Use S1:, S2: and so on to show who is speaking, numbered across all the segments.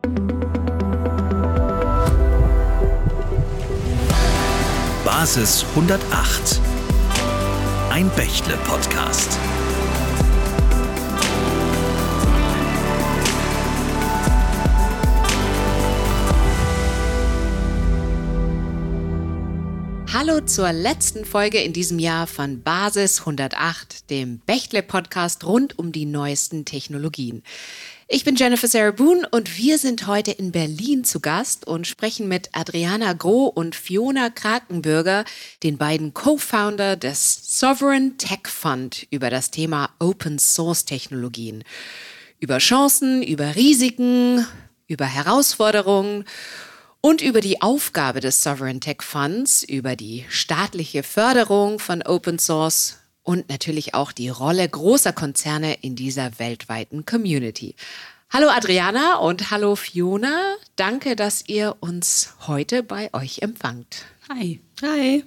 S1: Basis 108. Ein Bechtle-Podcast.
S2: Hallo zur letzten Folge in diesem Jahr von Basis 108, dem Bechtle-Podcast rund um die neuesten Technologien. Ich bin Jennifer Sarah Boone und wir sind heute in Berlin zu Gast und sprechen mit Adriana Groh und Fiona Krakenbürger, den beiden Co-Founder des Sovereign Tech Fund, über das Thema Open-Source-Technologien. Über Chancen, über Risiken, über Herausforderungen und über die Aufgabe des Sovereign Tech Funds, über die staatliche Förderung von Open Source und natürlich auch die Rolle großer Konzerne in dieser weltweiten Community. Hallo Adriana und hallo Fiona. Danke, dass ihr uns heute bei euch empfangt.
S3: Hi. Hi.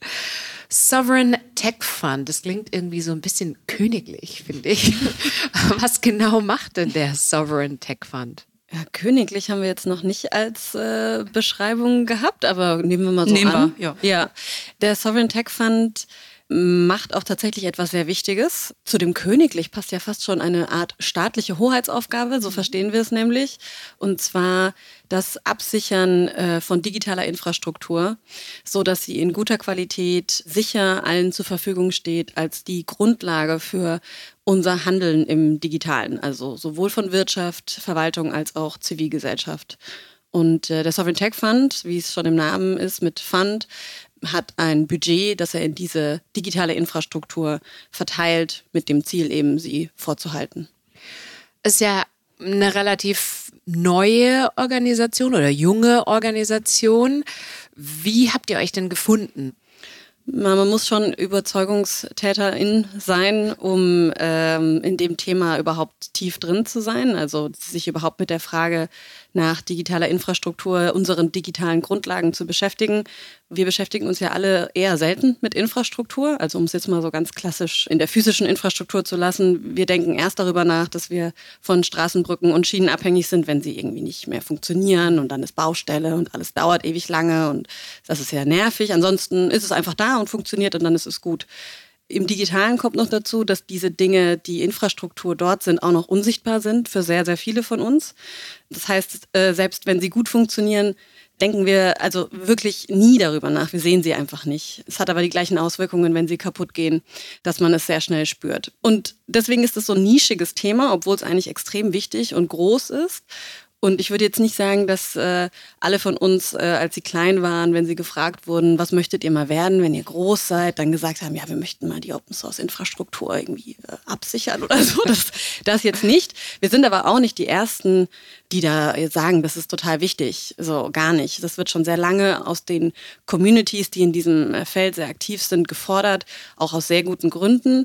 S2: Sovereign Tech Fund, das klingt irgendwie so ein bisschen königlich, finde ich. Was genau macht denn der Sovereign Tech Fund?
S3: Ja, königlich haben wir jetzt noch nicht als Beschreibung gehabt, aber nehmen wir mal so an. Ja. Der Sovereign Tech Fund macht auch tatsächlich etwas sehr Wichtiges. Zu dem königlich passt ja fast schon eine Art staatliche Hoheitsaufgabe, so verstehen wir es nämlich. Und zwar das Absichern von digitaler Infrastruktur, so dass sie in guter Qualität sicher allen zur Verfügung steht als die Grundlage für unser Handeln im Digitalen, also sowohl von Wirtschaft, Verwaltung als auch Zivilgesellschaft. Und der Sovereign Tech Fund, wie es schon im Namen ist, mit Fund, hat ein Budget, das er in diese digitale Infrastruktur verteilt, mit dem Ziel eben, sie vorzuhalten.
S2: Ist ja eine relativ neue Organisation oder junge Organisation. Wie habt ihr euch denn gefunden?
S3: Man muss schon Überzeugungstäterin sein, um in dem Thema überhaupt tief drin zu sein, also sich überhaupt mit der Frage nach digitaler Infrastruktur, unseren digitalen Grundlagen zu beschäftigen. Wir beschäftigen uns ja alle eher selten mit Infrastruktur, also um es jetzt mal so ganz klassisch in der physischen Infrastruktur zu lassen. Wir denken erst darüber nach, dass wir von Straßenbrücken und Schienen abhängig sind, wenn sie irgendwie nicht mehr funktionieren und dann ist Baustelle und alles dauert ewig lange und das ist sehr nervig. Ansonsten ist es einfach da und funktioniert und dann ist es gut. Im Digitalen kommt noch dazu, dass diese Dinge, die Infrastruktur dort sind, auch noch unsichtbar sind für sehr, sehr viele von uns. Das heißt, selbst wenn sie gut funktionieren, denken wir also wirklich nie darüber nach. Wir sehen sie einfach nicht. Es hat aber die gleichen Auswirkungen, wenn sie kaputt gehen, dass man es sehr schnell spürt. Und deswegen ist es so ein nischiges Thema, obwohl es eigentlich extrem wichtig und groß ist. Und ich würde jetzt nicht sagen, dass alle von uns, als sie klein waren, wenn sie gefragt wurden, was möchtet ihr mal werden, wenn ihr groß seid, dann gesagt haben, ja, wir möchten mal die Open-Source-Infrastruktur irgendwie absichern oder so. Das jetzt nicht. Wir sind aber auch nicht die Ersten, die da sagen, das ist total wichtig. So, gar nicht. Das wird schon sehr lange aus den Communities, die in diesem Feld sehr aktiv sind, gefordert, auch aus sehr guten Gründen.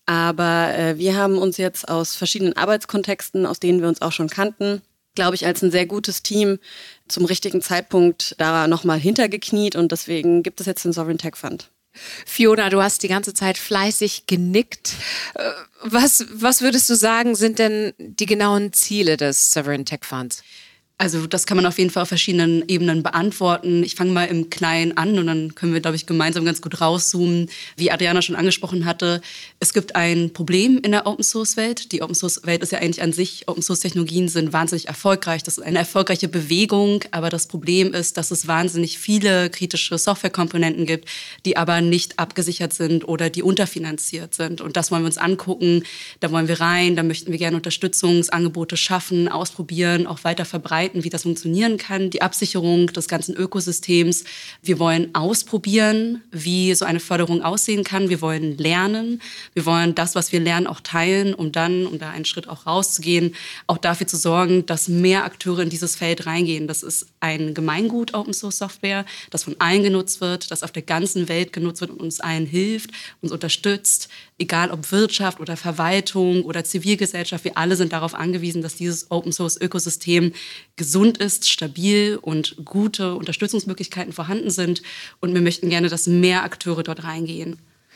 S3: Aber wir haben uns jetzt aus verschiedenen Arbeitskontexten, aus denen wir uns auch schon kannten, glaube ich, als ein sehr gutes Team zum richtigen Zeitpunkt da nochmal hintergekniet und deswegen gibt es jetzt den Sovereign Tech Fund.
S2: Fiona, du hast die ganze Zeit fleißig genickt. Was würdest du sagen, sind denn die genauen Ziele des Sovereign Tech Funds?
S4: Also das kann man auf jeden Fall auf verschiedenen Ebenen beantworten. Ich fange mal im Kleinen an und dann können wir, glaube ich, gemeinsam ganz gut rauszoomen. Wie Adriana schon angesprochen hatte, es gibt ein Problem in der Open-Source-Welt. Die Open-Source-Welt ist ja eigentlich an sich, Open-Source-Technologien sind wahnsinnig erfolgreich. Das ist eine erfolgreiche Bewegung, aber das Problem ist, dass es wahnsinnig viele kritische Softwarekomponenten gibt, die aber nicht abgesichert sind oder die unterfinanziert sind. Und das wollen wir uns angucken, da wollen wir rein, da möchten wir gerne Unterstützungsangebote schaffen, ausprobieren, auch weiter verbreiten, wie das funktionieren kann, die Absicherung des ganzen Ökosystems. Wir wollen ausprobieren, wie so eine Förderung aussehen kann. Wir wollen lernen. Wir wollen das, was wir lernen, auch teilen, um dann, um da einen Schritt auch rauszugehen, auch dafür zu sorgen, dass mehr Akteure in dieses Feld reingehen. Das ist ein Gemeingut Open-Source-Software, das von allen genutzt wird, das auf der ganzen Welt genutzt wird und uns allen hilft, uns unterstützt, egal ob Wirtschaft oder Verwaltung oder Zivilgesellschaft. Wir alle sind darauf angewiesen, dass dieses Open-Source-Ökosystem gesund ist, stabil und gute Unterstützungsmöglichkeiten vorhanden sind. Und wir möchten gerne, dass mehr Akteure dort reingehen.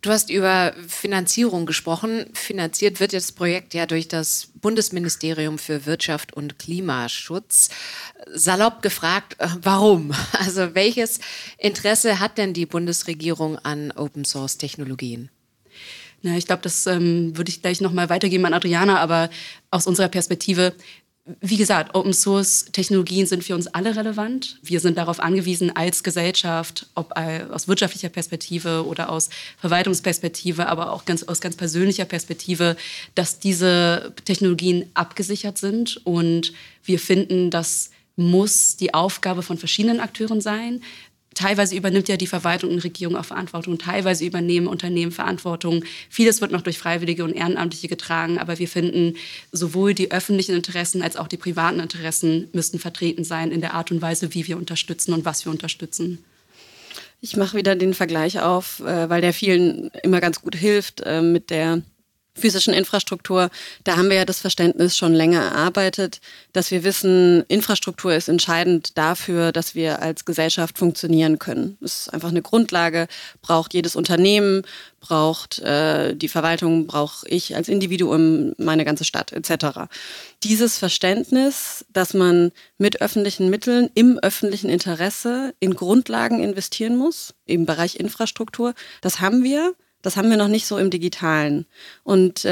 S2: Du hast über Finanzierung gesprochen. Finanziert wird das Projekt ja durch das Bundesministerium für Wirtschaft und Klimaschutz. Salopp gefragt, warum? Also welches Interesse hat denn die Bundesregierung an Open-Source-Technologien?
S4: Na, ich glaube, das würde ich gleich nochmal weitergeben an Adriana, aber aus unserer Perspektive, wie gesagt, Open-Source-Technologien sind für uns alle relevant. Wir sind darauf angewiesen als Gesellschaft, ob aus wirtschaftlicher Perspektive oder aus Verwaltungsperspektive, aber auch aus ganz persönlicher Perspektive, dass diese Technologien abgesichert sind. Und wir finden, das muss die Aufgabe von verschiedenen Akteuren sein. Teilweise übernimmt ja die Verwaltung und Regierung auch Verantwortung, teilweise übernehmen Unternehmen Verantwortung. Vieles wird noch durch Freiwillige und Ehrenamtliche getragen, aber wir finden, sowohl die öffentlichen Interessen als auch die privaten Interessen müssten vertreten sein in der Art und Weise, wie wir unterstützen und was wir unterstützen.
S3: Ich mache wieder den Vergleich auf, weil der vielen immer ganz gut hilft mit der physischen Infrastruktur. Da haben wir ja das Verständnis schon länger erarbeitet, dass wir wissen, Infrastruktur ist entscheidend dafür, dass wir als Gesellschaft funktionieren können. Das ist einfach eine Grundlage, braucht jedes Unternehmen, braucht die Verwaltung, brauche ich als Individuum, meine ganze Stadt etc. Dieses Verständnis, dass man mit öffentlichen Mitteln im öffentlichen Interesse in Grundlagen investieren muss, im Bereich Infrastruktur, das haben wir. Das haben wir noch nicht so im Digitalen. Und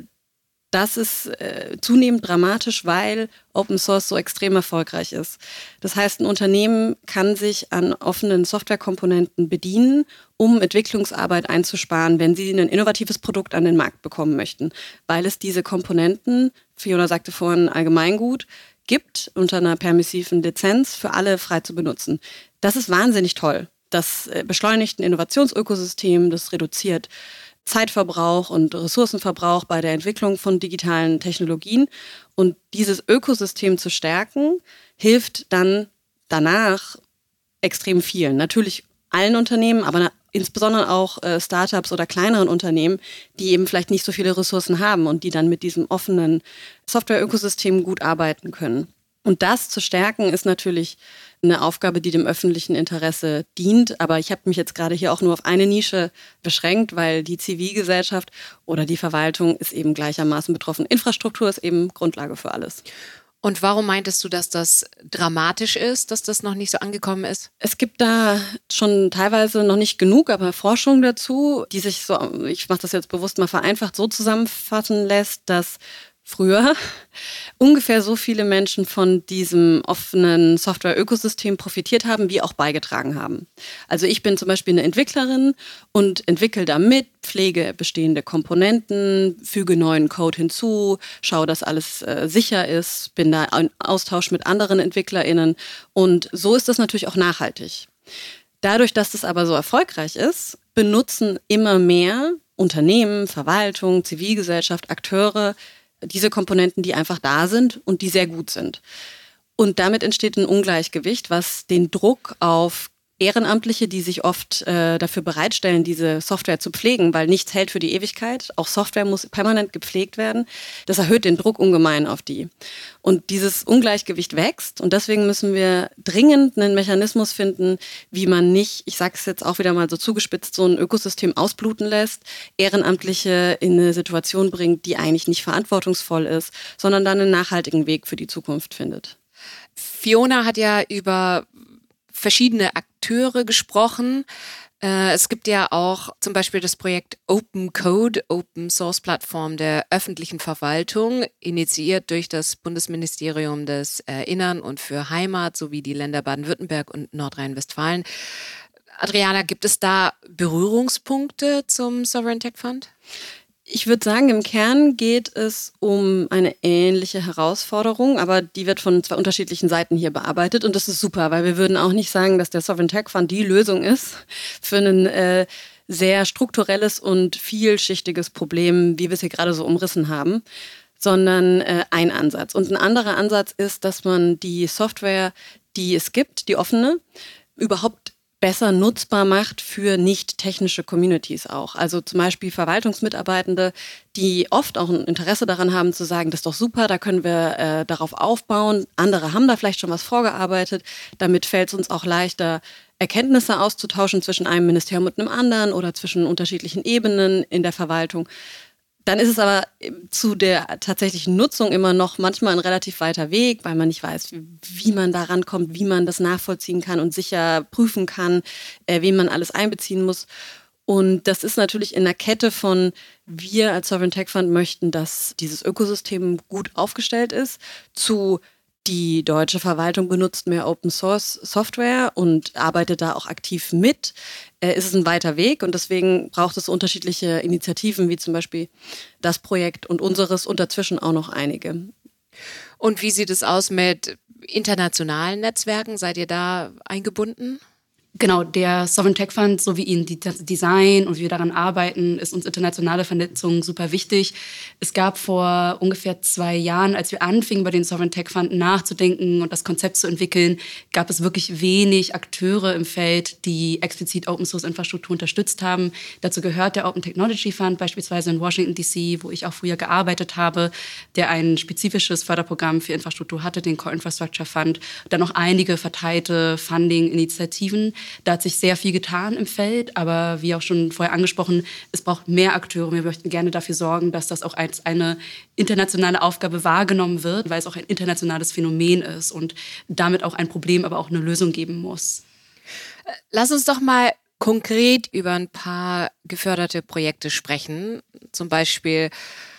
S3: das ist zunehmend dramatisch, weil Open Source so extrem erfolgreich ist. Das heißt, ein Unternehmen kann sich an offenen Softwarekomponenten bedienen, um Entwicklungsarbeit einzusparen, wenn sie ein innovatives Produkt an den Markt bekommen möchten. Weil es diese Komponenten, Fiona sagte vorhin Allgemeingut, gibt unter einer permissiven Lizenz für alle frei zu benutzen. Das ist wahnsinnig toll. Das beschleunigt ein Innovationsökosystem, das reduziert Zeitverbrauch und Ressourcenverbrauch bei der Entwicklung von digitalen Technologien. Und dieses Ökosystem zu stärken, hilft dann danach extrem vielen. Natürlich allen Unternehmen, aber insbesondere auch Startups oder kleineren Unternehmen, die eben vielleicht nicht so viele Ressourcen haben und die dann mit diesem offenen Softwareökosystem gut arbeiten können. Und das zu stärken ist natürlich eine Aufgabe, die dem öffentlichen Interesse dient. Aber ich habe mich jetzt gerade hier auch nur auf eine Nische beschränkt, weil die Zivilgesellschaft oder die Verwaltung ist eben gleichermaßen betroffen. Infrastruktur ist eben Grundlage für alles.
S2: Und warum meintest du, dass das dramatisch ist, dass das noch nicht so angekommen ist?
S3: Es gibt da schon teilweise noch nicht genug, aber Forschung dazu, die sich so, ich mache das jetzt bewusst mal vereinfacht, so zusammenfassen lässt, dass früher ungefähr so viele Menschen von diesem offenen Software-Ökosystem profitiert haben, wie auch beigetragen haben. Also ich bin zum Beispiel eine Entwicklerin und entwickle damit, pflege bestehende Komponenten, füge neuen Code hinzu, schaue, dass alles sicher ist, bin da in Austausch mit anderen EntwicklerInnen und so ist das natürlich auch nachhaltig. Dadurch, dass das aber so erfolgreich ist, benutzen immer mehr Unternehmen, Verwaltung, Zivilgesellschaft, Akteure diese Komponenten, die einfach da sind und die sehr gut sind. Und damit entsteht ein Ungleichgewicht, was den Druck auf Ehrenamtliche, die sich oft dafür bereitstellen, diese Software zu pflegen, weil nichts hält für die Ewigkeit. Auch Software muss permanent gepflegt werden. Das erhöht den Druck ungemein auf die. Und dieses Ungleichgewicht wächst und deswegen müssen wir dringend einen Mechanismus finden, wie man nicht, ich sage es jetzt auch wieder mal so zugespitzt, so ein Ökosystem ausbluten lässt, Ehrenamtliche in eine Situation bringt, die eigentlich nicht verantwortungsvoll ist, sondern dann einen nachhaltigen Weg für die Zukunft findet.
S2: Fiona hat ja über verschiedene Akteure gesprochen. Es gibt ja auch zum Beispiel das Projekt Open Code, Open Source Plattform der öffentlichen Verwaltung, initiiert durch das Bundesministerium des Innern und für Heimat sowie die Länder Baden-Württemberg und Nordrhein-Westfalen. Adriana, gibt es da Berührungspunkte zum Sovereign Tech Fund?
S3: Ich würde sagen, im Kern geht es um eine ähnliche Herausforderung, aber die wird von zwei unterschiedlichen Seiten hier bearbeitet und das ist super, weil wir würden auch nicht sagen, dass der Sovereign Tech Fund die Lösung ist für ein sehr strukturelles und vielschichtiges Problem, wie wir es hier gerade so umrissen haben, sondern ein Ansatz. Und ein anderer Ansatz ist, dass man die Software, die es gibt, die offene, überhaupt besser nutzbar macht für nicht technische Communities auch. Also zum Beispiel Verwaltungsmitarbeitende, die oft auch ein Interesse daran haben zu sagen, das ist doch super, da können wir darauf aufbauen. Andere haben da vielleicht schon was vorgearbeitet. Damit fällt es uns auch leichter, Erkenntnisse auszutauschen zwischen einem Ministerium und einem anderen oder zwischen unterschiedlichen Ebenen in der Verwaltung. Dann ist es aber zu der tatsächlichen Nutzung immer noch manchmal ein relativ weiter Weg, weil man nicht weiß, wie man da rankommt, wie man das nachvollziehen kann und sicher prüfen kann, wen man alles einbeziehen muss. Und das ist natürlich in der Kette von, wir als Sovereign Tech Fund möchten, dass dieses Ökosystem gut aufgestellt ist, zu die deutsche Verwaltung benutzt mehr Open Source Software und arbeitet da auch aktiv mit. Ist es ein weiter Weg und deswegen braucht es unterschiedliche Initiativen, wie zum Beispiel das Projekt und unseres und dazwischen auch noch einige.
S2: Und wie sieht es aus mit internationalen Netzwerken? Seid ihr da eingebunden?
S4: Genau, der Sovereign Tech Fund, so wie ihn Design und wie wir daran arbeiten, ist uns internationale Vernetzung super wichtig. Es gab vor ungefähr 2 Jahren, als wir anfingen, über den Sovereign Tech Fund nachzudenken und das Konzept zu entwickeln, gab es wirklich wenig Akteure im Feld, die explizit Open-Source-Infrastruktur unterstützt haben. Dazu gehört der Open Technology Fund, beispielsweise in Washington, D.C., wo ich auch früher gearbeitet habe, der ein spezifisches Förderprogramm für Infrastruktur hatte, den Core Infrastructure Fund. Dann noch einige verteilte Funding-Initiativen. Da hat sich sehr viel getan im Feld, aber wie auch schon vorher angesprochen, es braucht mehr Akteure. Wir möchten gerne dafür sorgen, dass das auch als eine internationale Aufgabe wahrgenommen wird, weil es auch ein internationales Phänomen ist und damit auch ein Problem, aber auch eine Lösung geben muss.
S2: Lass uns doch mal konkret über ein paar geförderte Projekte sprechen. Zum Beispiel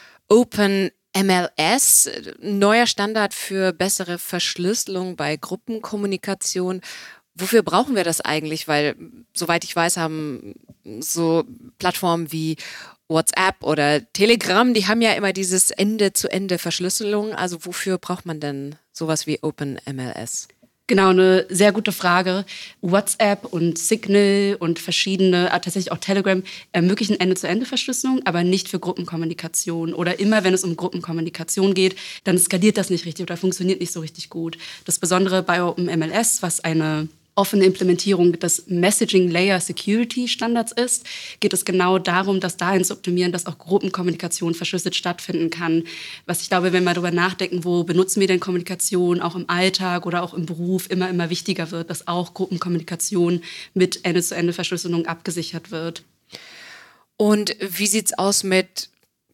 S2: Open MLS, neuer Standard für bessere Verschlüsselung bei Gruppenkommunikation. Wofür brauchen wir das eigentlich? Weil, soweit ich weiß, haben so Plattformen wie WhatsApp oder Telegram, die haben ja immer dieses Ende-zu-Ende-Verschlüsselung. Also wofür braucht man denn sowas wie OpenMLS?
S4: Genau, eine sehr gute Frage. WhatsApp und Signal und verschiedene, tatsächlich auch Telegram, ermöglichen Ende-zu-Ende-Verschlüsselung, aber nicht für Gruppenkommunikation. Oder immer, wenn es um Gruppenkommunikation geht, dann skaliert das nicht richtig oder funktioniert nicht so richtig gut. Das Besondere bei OpenMLS, was eine offene Implementierung des Messaging Layer Security Standards ist, geht es genau darum, das dahin zu optimieren, dass auch Gruppenkommunikation verschlüsselt stattfinden kann. Was ich glaube, wenn wir darüber nachdenken, wo benutzen wir denn Kommunikation, auch im Alltag oder auch im Beruf, immer wichtiger wird, dass auch Gruppenkommunikation mit Ende-zu-Ende-Verschlüsselung abgesichert wird.
S2: Und wie sieht's aus mit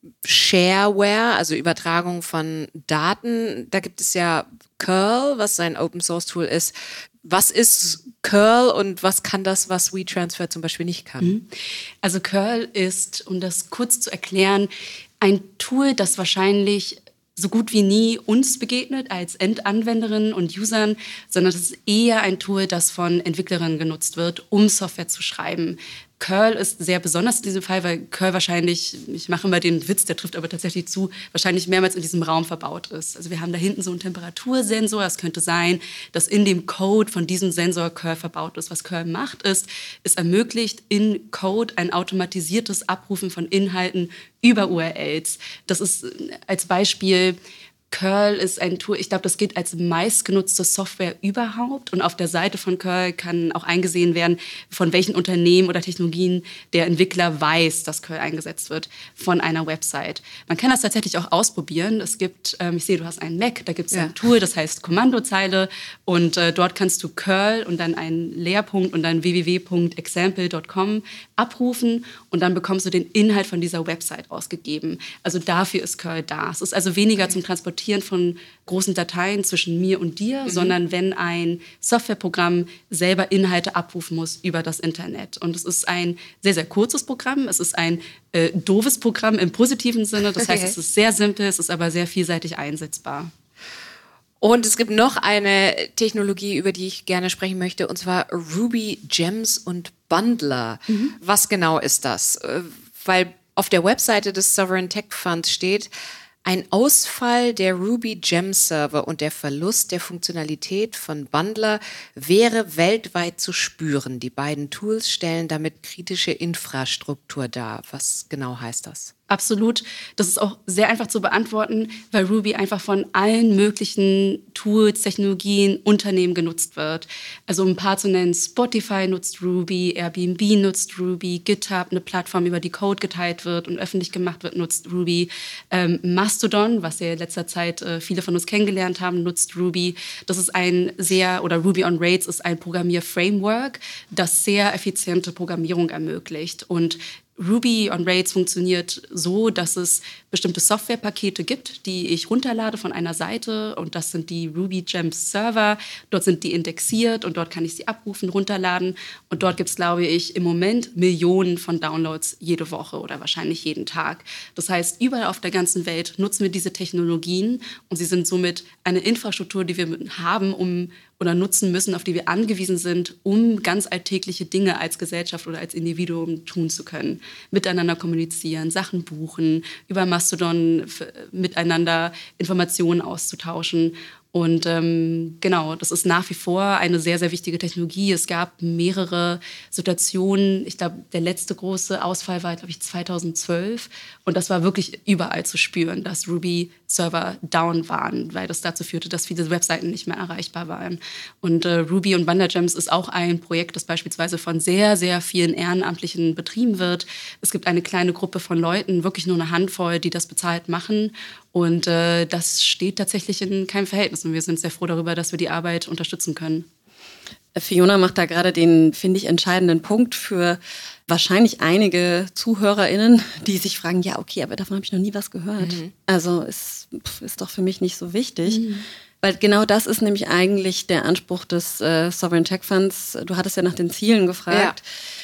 S2: Shareware, also Übertragung von Daten? Da gibt es ja Curl, was ein Open-Source-Tool ist. Was ist Curl und was kann das, was WeTransfer zum Beispiel nicht kann?
S4: Also Curl ist, um das kurz zu erklären, ein Tool, das wahrscheinlich so gut wie nie uns begegnet als Endanwenderinnen und Usern, sondern es ist eher ein Tool, das von Entwicklerinnen genutzt wird, um Software zu schreiben. Curl ist sehr besonders in diesem Fall, weil Curl wahrscheinlich, ich mache immer den Witz, der trifft aber tatsächlich zu, wahrscheinlich mehrmals in diesem Raum verbaut ist. Also wir haben da hinten so einen Temperatursensor. Es könnte sein, dass in dem Code von diesem Sensor Curl verbaut ist. Was Curl macht, ist, es ermöglicht in Code ein automatisiertes Abrufen von Inhalten über URLs. Das ist als Beispiel, Curl ist ein Tool, ich glaube, das geht als meistgenutzte Software überhaupt. Und auf der Seite von Curl kann auch eingesehen werden, von welchen Unternehmen oder Technologien der Entwickler weiß, dass Curl eingesetzt wird von einer Website. Man kann das tatsächlich auch ausprobieren. Es gibt, ich sehe, du hast einen Mac, da gibt es ein Tool, das heißt Kommandozeile. Und dort kannst du Curl und dann einen Leerpunkt und dann www.example.com abrufen. Und dann bekommst du den Inhalt von dieser Website ausgegeben. Also dafür ist Curl da. Es ist also weniger zum Transportieren von großen Dateien zwischen mir und dir, sondern wenn ein Softwareprogramm selber Inhalte abrufen muss über das Internet. Und es ist ein sehr, sehr kurzes Programm. Es ist ein doofes Programm im positiven Sinne. Das heißt, es ist sehr simpel, es ist aber sehr vielseitig einsetzbar.
S2: Und es gibt noch eine Technologie, über die ich gerne sprechen möchte, und zwar Ruby Gems und Bundler. Was genau ist das? Weil auf der Webseite des Sovereign Tech Funds steht, ein Ausfall der Ruby Gem Server und der Verlust der Funktionalität von Bundler wäre weltweit zu spüren. Die beiden Tools stellen damit kritische Infrastruktur dar. Was genau heißt das?
S4: Absolut. Das ist auch sehr einfach zu beantworten, weil Ruby einfach von allen möglichen Tools, Technologien, Unternehmen genutzt wird. Also um ein paar zu nennen, Spotify nutzt Ruby, Airbnb nutzt Ruby, GitHub, eine Plattform, über die Code geteilt wird und öffentlich gemacht wird, nutzt Ruby. Mastodon, was ja in letzter Zeit viele von uns kennengelernt haben, nutzt Ruby. Das ist Ruby on Rails ist ein Programmierframework, das sehr effiziente Programmierung ermöglicht. Und Ruby on Rails funktioniert so, dass es bestimmte Softwarepakete gibt, die ich runterlade von einer Seite und das sind die Ruby Gems Server. Dort sind die indexiert und dort kann ich sie abrufen, runterladen und dort gibt es, glaube ich, im Moment Millionen von Downloads jede Woche oder wahrscheinlich jeden Tag. Das heißt, überall auf der ganzen Welt nutzen wir diese Technologien und sie sind somit eine Infrastruktur, die wir haben, oder nutzen müssen, auf die wir angewiesen sind, um ganz alltägliche Dinge als Gesellschaft oder als Individuum tun zu können. Miteinander kommunizieren, Sachen buchen, über Mastodon miteinander Informationen auszutauschen. Und genau, das ist nach wie vor eine sehr, sehr wichtige Technologie. Es gab mehrere Situationen. Ich glaube, der letzte große Ausfall war, glaube ich, 2012. Und das war wirklich überall zu spüren, dass Ruby-Server down waren, weil das dazu führte, dass viele Webseiten nicht mehr erreichbar waren. Und Ruby und WonderGems ist auch ein Projekt, das beispielsweise von sehr, sehr vielen Ehrenamtlichen betrieben wird. Es gibt eine kleine Gruppe von Leuten, wirklich nur eine Handvoll, die das bezahlt machen. Und das steht tatsächlich in keinem Verhältnis. Und wir sind sehr froh darüber, dass wir die Arbeit unterstützen können.
S3: Fiona macht da gerade den, finde ich, entscheidenden Punkt für wahrscheinlich einige ZuhörerInnen, die sich fragen, ja, okay, aber davon habe ich noch nie was gehört. Also ist doch für mich nicht so wichtig. Weil genau das ist nämlich eigentlich der Anspruch des Sovereign Tech Funds. Du hattest ja nach den Zielen gefragt,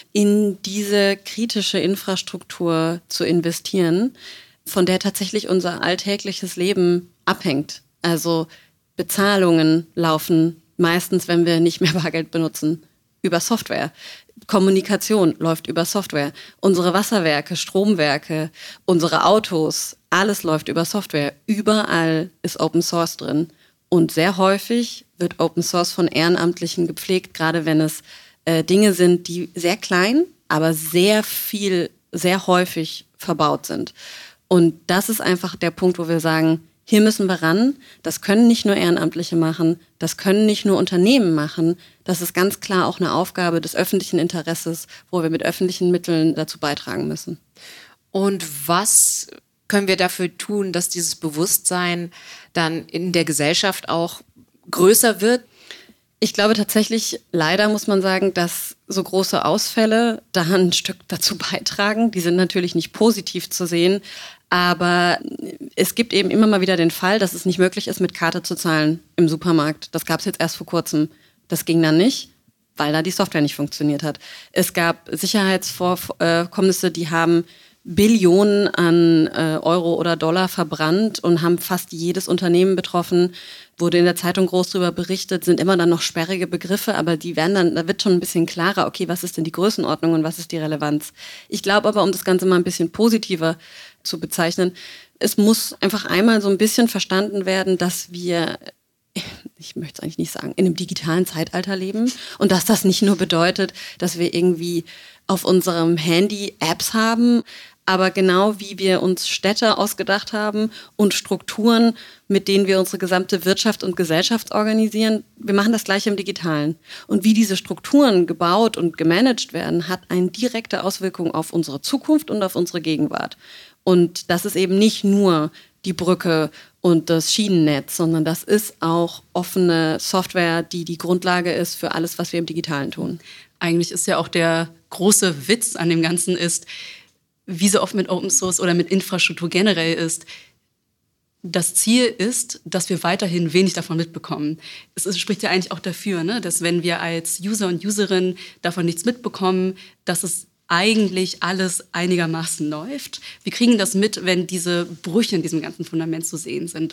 S3: in diese kritische Infrastruktur zu investieren, von der tatsächlich unser alltägliches Leben abhängt. Also Bezahlungen laufen meistens, wenn wir nicht mehr Bargeld benutzen, über Software. Kommunikation läuft über Software. Unsere Wasserwerke, Stromwerke, unsere Autos, alles läuft über Software. Überall ist Open Source drin. Und sehr häufig wird Open Source von Ehrenamtlichen gepflegt, gerade wenn es Dinge sind, die sehr klein, aber sehr häufig verbaut sind. Und das ist einfach der Punkt, wo wir sagen, hier müssen wir ran. Das können nicht nur Ehrenamtliche machen, das können nicht nur Unternehmen machen. Das ist ganz klar auch eine Aufgabe des öffentlichen Interesses, wo wir mit öffentlichen Mitteln dazu beitragen müssen.
S2: Und was können wir dafür tun, dass dieses Bewusstsein dann in der Gesellschaft auch größer wird?
S3: Ich glaube tatsächlich, leider muss man sagen, dass so große Ausfälle da ein Stück dazu beitragen. Die sind natürlich nicht positiv zu sehen, aber es gibt eben immer mal wieder den Fall, dass es nicht möglich ist, mit Karte zu zahlen im Supermarkt. Das gab es jetzt erst vor kurzem. Das ging dann nicht, weil da die Software nicht funktioniert hat. Es gab Sicherheitsvorkommnisse, die haben Billionen an Euro oder Dollar verbrannt und haben fast jedes Unternehmen betroffen. Wurde in der Zeitung groß darüber berichtet, sind immer dann noch sperrige Begriffe, aber da wird schon ein bisschen klarer, okay, was ist denn die Größenordnung und was ist die Relevanz? Ich glaube aber, um das Ganze mal ein bisschen positiver zu bezeichnen, es muss einfach einmal so ein bisschen verstanden werden, dass wir, ich möchte es eigentlich nicht sagen, in einem digitalen Zeitalter leben und dass das nicht nur bedeutet, dass wir irgendwie auf unserem Handy Apps haben, aber genau wie wir uns Städte ausgedacht haben und Strukturen, mit denen wir unsere gesamte Wirtschaft und Gesellschaft organisieren, wir machen das Gleiche im Digitalen. Und wie diese Strukturen gebaut und gemanagt werden, hat eine direkte Auswirkung auf unsere Zukunft und auf unsere Gegenwart. Und das ist eben nicht nur die Brücke und das Schienennetz, sondern das ist auch offene Software, die die Grundlage ist für alles, was wir im Digitalen tun.
S4: Eigentlich ist ja auch der große Witz an dem Ganzen ist, wie so oft mit Open Source oder mit Infrastruktur generell ist, das Ziel ist, dass wir weiterhin wenig davon mitbekommen. Es spricht ja eigentlich auch dafür, ne, dass wenn wir als User und Userin davon nichts mitbekommen, dass es eigentlich alles einigermaßen läuft. Wir kriegen das mit, wenn diese Brüche in diesem ganzen Fundament zu sehen sind.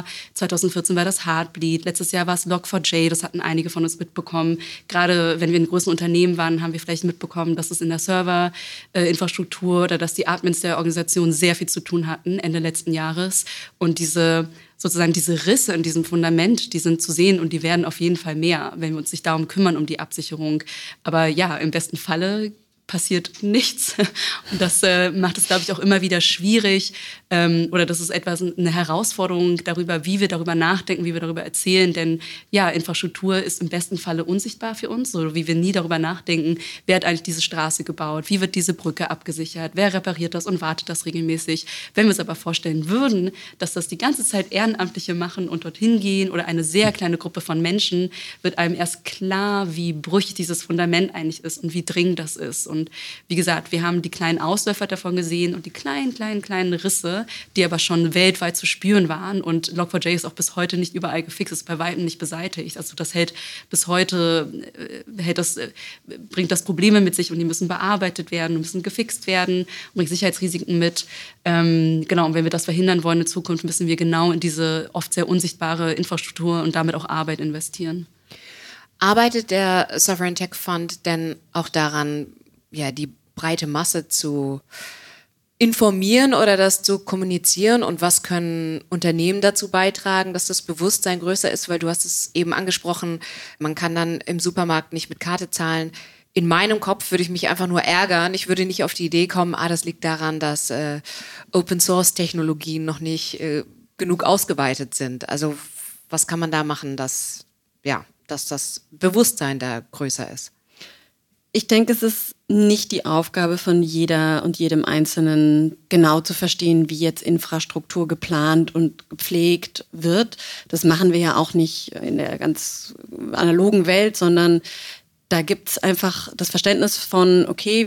S4: 2014 war das Heartbleed, letztes Jahr war es Log4j, das hatten einige von uns mitbekommen. Gerade wenn wir in großen Unternehmen waren, haben wir vielleicht mitbekommen, dass es in der Serverinfrastruktur oder dass die Admins der Organisation sehr viel zu tun hatten Ende letzten Jahres. Und diese Risse in diesem Fundament, die sind zu sehen und die werden auf jeden Fall mehr, wenn wir uns nicht darum kümmern, um die Absicherung. Aber ja, im besten Falle passiert nichts. Und das macht es, glaube ich, auch immer wieder schwierig. Oder das ist eine Herausforderung darüber, wie wir darüber nachdenken, wie wir darüber erzählen. Denn ja, Infrastruktur ist im besten Falle unsichtbar für uns, so wie wir nie darüber nachdenken, wer hat eigentlich diese Straße gebaut, wie wird diese Brücke abgesichert, wer repariert das und wartet das regelmäßig. Wenn wir uns aber vorstellen würden, dass das die ganze Zeit Ehrenamtliche machen und dorthin gehen oder eine sehr kleine Gruppe von Menschen, wird einem erst klar, wie brüchig dieses Fundament eigentlich ist und wie dringend das ist. Und wie gesagt, wir haben die kleinen Ausläufer davon gesehen und die kleinen Risse, die aber schon weltweit zu spüren waren. Und Log4j ist auch bis heute nicht überall gefixt, ist bei weitem nicht beseitigt. Also das hält bis heute, bringt das Probleme mit sich und die müssen bearbeitet werden, müssen gefixt werden, bringt Sicherheitsrisiken mit. Genau, und wenn wir das verhindern wollen in Zukunft, müssen wir genau in diese oft sehr unsichtbare Infrastruktur und damit auch Arbeit investieren.
S2: Arbeitet der Sovereign Tech Fund denn auch daran, ja, die breite Masse zu informieren oder das zu kommunizieren? Und was können Unternehmen dazu beitragen, dass das Bewusstsein größer ist? Weil du hast es eben angesprochen, man kann dann im Supermarkt nicht mit Karte zahlen. In meinem Kopf würde ich mich einfach nur ärgern. Ich würde nicht auf die Idee kommen, das liegt daran, dass Open-Source-Technologien noch nicht genug ausgeweitet sind. Also was kann man da machen, dass das Bewusstsein da größer ist?
S3: Ich denke, es ist nicht die Aufgabe von jeder und jedem Einzelnen, genau zu verstehen, wie jetzt Infrastruktur geplant und gepflegt wird. Das machen wir ja auch nicht in der ganz analogen Welt, sondern da gibt es einfach das Verständnis von, okay,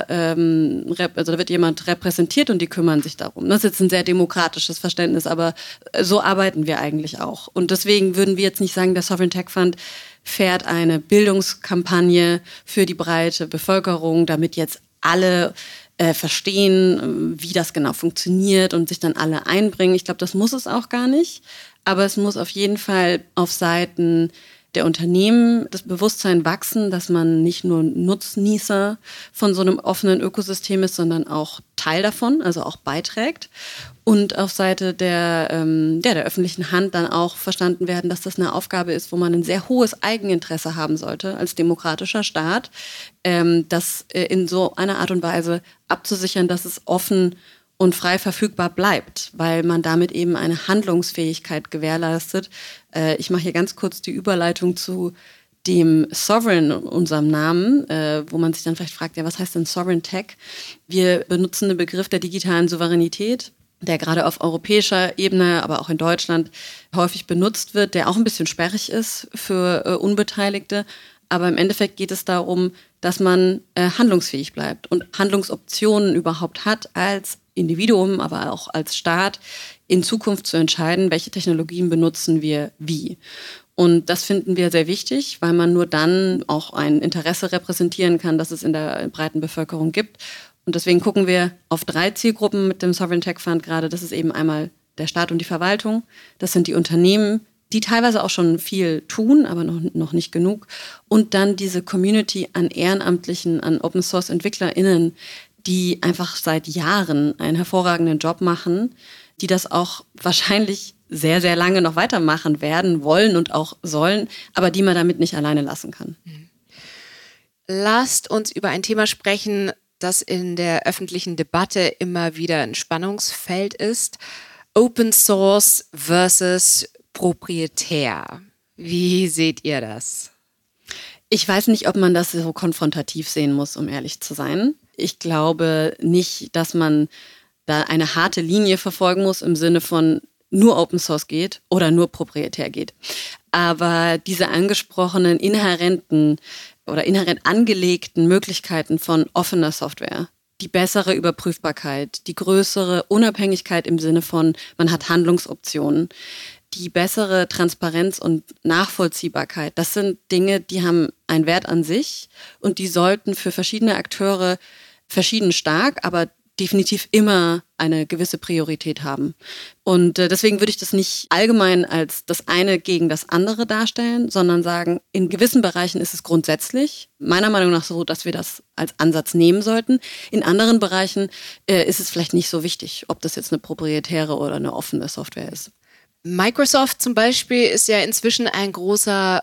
S3: also da wird jemand repräsentiert und die kümmern sich darum. Das ist jetzt ein sehr demokratisches Verständnis, aber so arbeiten wir eigentlich auch. Und deswegen würden wir jetzt nicht sagen, der Sovereign Tech Fund fährt eine Bildungskampagne für die breite Bevölkerung, damit jetzt alle verstehen, wie das genau funktioniert und sich dann alle einbringen. Ich glaube, das muss es auch gar nicht. Aber es muss auf jeden Fall auf Seiten der Unternehmen das Bewusstsein wachsen, dass man nicht nur Nutznießer von so einem offenen Ökosystem ist, sondern auch Teil davon, also auch beiträgt. Und auf Seite der öffentlichen Hand dann auch verstanden werden, dass das eine Aufgabe ist, wo man ein sehr hohes Eigeninteresse haben sollte als demokratischer Staat, das in so einer Art und Weise abzusichern, dass es offen und frei verfügbar bleibt, weil man damit eben eine Handlungsfähigkeit gewährleistet. Ich mache hier ganz kurz die Überleitung zu dem Sovereign, unserem Namen, wo man sich dann vielleicht fragt, ja, was heißt denn Sovereign Tech? Wir benutzen den Begriff der digitalen Souveränität, der gerade auf europäischer Ebene, aber auch in Deutschland häufig benutzt wird, der auch ein bisschen sperrig ist für Unbeteiligte. Aber im Endeffekt geht es darum, dass man handlungsfähig bleibt und Handlungsoptionen überhaupt hat als Individuum, aber auch als Staat, in Zukunft zu entscheiden, welche Technologien benutzen wir wie. Und das finden wir sehr wichtig, weil man nur dann auch ein Interesse repräsentieren kann, das es in der breiten Bevölkerung gibt. Und deswegen gucken wir auf 3 Zielgruppen mit dem Sovereign Tech Fund gerade. Das ist eben einmal der Staat und die Verwaltung. Das sind die Unternehmen, die teilweise auch schon viel tun, aber noch nicht genug. Und dann diese Community an Ehrenamtlichen, an Open-Source-EntwicklerInnen, die einfach seit Jahren einen hervorragenden Job machen, die das auch wahrscheinlich sehr, sehr lange noch weitermachen werden, wollen und auch sollen, aber die man damit nicht alleine lassen kann.
S2: Lasst uns über ein Thema sprechen, das in der öffentlichen Debatte immer wieder ein Spannungsfeld ist. Open Source versus proprietär. Wie seht ihr das?
S3: Ich weiß nicht, ob man das so konfrontativ sehen muss, um ehrlich zu sein. Ich glaube nicht, dass man da eine harte Linie verfolgen muss im Sinne von nur Open Source geht oder nur proprietär geht. Aber diese angesprochenen inhärent angelegten Möglichkeiten von offener Software, die bessere Überprüfbarkeit, die größere Unabhängigkeit im Sinne von, man hat Handlungsoptionen, die bessere Transparenz und Nachvollziehbarkeit, das sind Dinge, die haben einen Wert an sich und die sollten für verschiedene Akteure verschieden stark, aber definitiv immer eine gewisse Priorität haben. Und deswegen würde ich das nicht allgemein als das eine gegen das andere darstellen, sondern sagen, in gewissen Bereichen ist es grundsätzlich meiner Meinung nach so, dass wir das als Ansatz nehmen sollten. In anderen Bereichen ist es vielleicht nicht so wichtig, ob das jetzt eine proprietäre oder eine offene Software ist.
S2: Microsoft zum Beispiel ist ja inzwischen ein großer Open-Source-Player. Welche Auswirkungen hat das denn?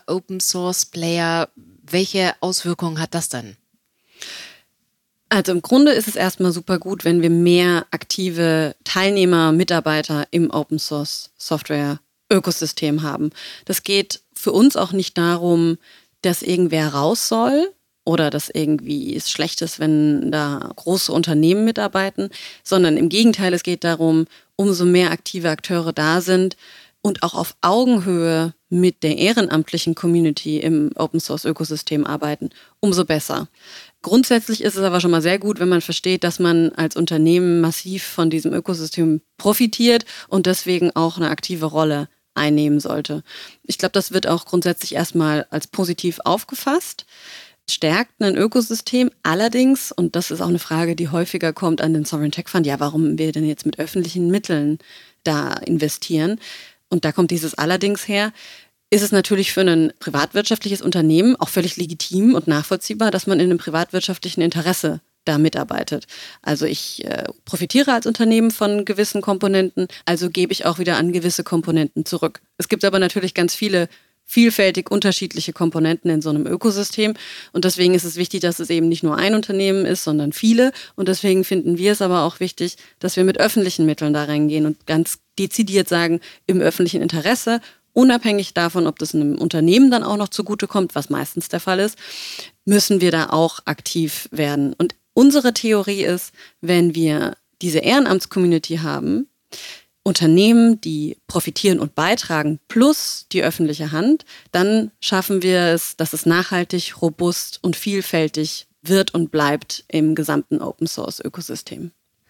S3: Also im Grunde ist es erstmal super gut, wenn wir mehr aktive Teilnehmer, Mitarbeiter im Open Source Software Ökosystem haben. Das geht für uns auch nicht darum, dass irgendwer raus soll oder dass irgendwie es schlecht ist, wenn da große Unternehmen mitarbeiten, sondern im Gegenteil, es geht darum, umso mehr aktive Akteure da sind und auch auf Augenhöhe mit der ehrenamtlichen Community im Open-Source-Ökosystem arbeiten, umso besser. Grundsätzlich ist es aber schon mal sehr gut, wenn man versteht, dass man als Unternehmen massiv von diesem Ökosystem profitiert und deswegen auch eine aktive Rolle einnehmen sollte. Ich glaube, das wird auch grundsätzlich erstmal als positiv aufgefasst. Stärkt ein Ökosystem allerdings, und das ist auch eine Frage, die häufiger kommt an den Sovereign Tech Fund, ja, warum wir denn jetzt mit öffentlichen Mitteln da investieren? Und da kommt dieses allerdings her, ist es natürlich für ein privatwirtschaftliches Unternehmen auch völlig legitim und nachvollziehbar, dass man in einem privatwirtschaftlichen Interesse da mitarbeitet. Also ich profitiere als Unternehmen von gewissen Komponenten, also gebe ich auch wieder an gewisse Komponenten zurück. Es gibt aber natürlich ganz viele vielfältig unterschiedliche Komponenten in so einem Ökosystem und deswegen ist es wichtig, dass es eben nicht nur ein Unternehmen ist, sondern viele und deswegen finden wir es aber auch wichtig, dass wir mit öffentlichen Mitteln da reingehen und ganz dezidiert sagen, im öffentlichen Interesse, unabhängig davon, ob das einem Unternehmen dann auch noch zugutekommt, was meistens der Fall ist, müssen wir da auch aktiv werden. Und unsere Theorie ist, wenn wir diese Ehrenamtscommunity haben, Unternehmen, die profitieren und beitragen, plus die öffentliche Hand, dann schaffen wir es, dass es nachhaltig, robust und vielfältig wird und bleibt im gesamten Open-Source-Ökosystem.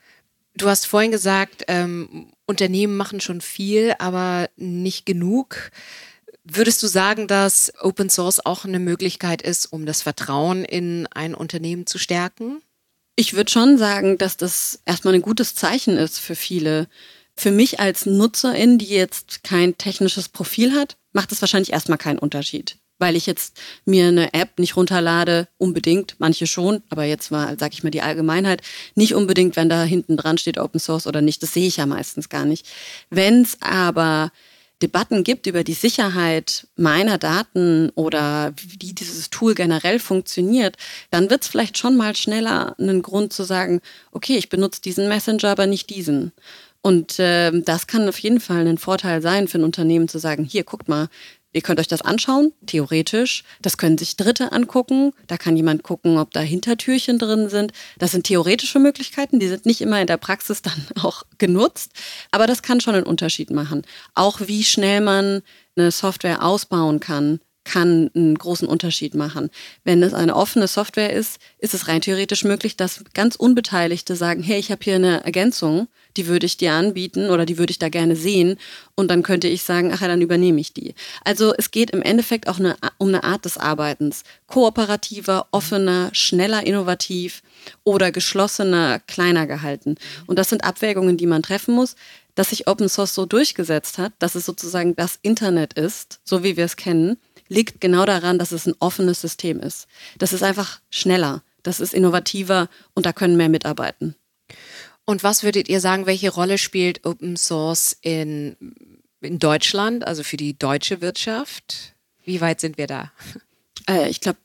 S2: Du hast vorhin gesagt, Unternehmen machen schon viel, aber nicht genug. Würdest du sagen, dass Open Source auch eine Möglichkeit ist, um das Vertrauen in ein Unternehmen zu stärken?
S3: Ich würde schon sagen, dass das erstmal ein gutes Zeichen ist für viele. Für mich als Nutzerin, die jetzt kein technisches Profil hat, macht es wahrscheinlich erstmal keinen Unterschied. Weil ich jetzt mir eine App nicht runterlade, unbedingt, manche schon, aber jetzt mal, sag ich mal, die Allgemeinheit, nicht unbedingt, wenn da hinten dran steht Open Source oder nicht, das sehe ich ja meistens gar nicht. Wenn es aber Debatten gibt über die Sicherheit meiner Daten oder wie dieses Tool generell funktioniert, dann wird es vielleicht schon mal schneller einen Grund zu sagen, okay, ich benutze diesen Messenger, aber nicht diesen. Und das kann auf jeden Fall ein Vorteil sein für ein Unternehmen zu sagen, hier, guckt mal, ihr könnt euch das anschauen, theoretisch. Das können sich Dritte angucken. Da kann jemand gucken, ob da Hintertürchen drin sind. Das sind theoretische Möglichkeiten, die sind nicht immer in der Praxis dann auch genutzt. Aber das kann schon einen Unterschied machen. Auch wie schnell man eine Software ausbauen kann einen großen Unterschied machen. Wenn es eine offene Software ist, ist es rein theoretisch möglich, dass ganz Unbeteiligte sagen, hey, ich habe hier eine Ergänzung, die würde ich dir anbieten oder die würde ich da gerne sehen und dann könnte ich sagen, ach ja, dann übernehme ich die. Also es geht im Endeffekt auch um eine Art des Arbeitens. Kooperativer, offener, schneller, innovativ oder geschlossener, kleiner gehalten. Und das sind Abwägungen, die man treffen muss. Dass sich Open Source so durchgesetzt hat, dass es sozusagen das Internet ist, so wie wir es kennen, liegt genau daran, dass es ein offenes System ist. Das ist einfach schneller, das ist innovativer und da können mehr mitarbeiten.
S2: Und was würdet ihr sagen, welche Rolle spielt Open Source in Deutschland, also für die deutsche Wirtschaft? Wie weit sind wir da?
S3: Ich glaube,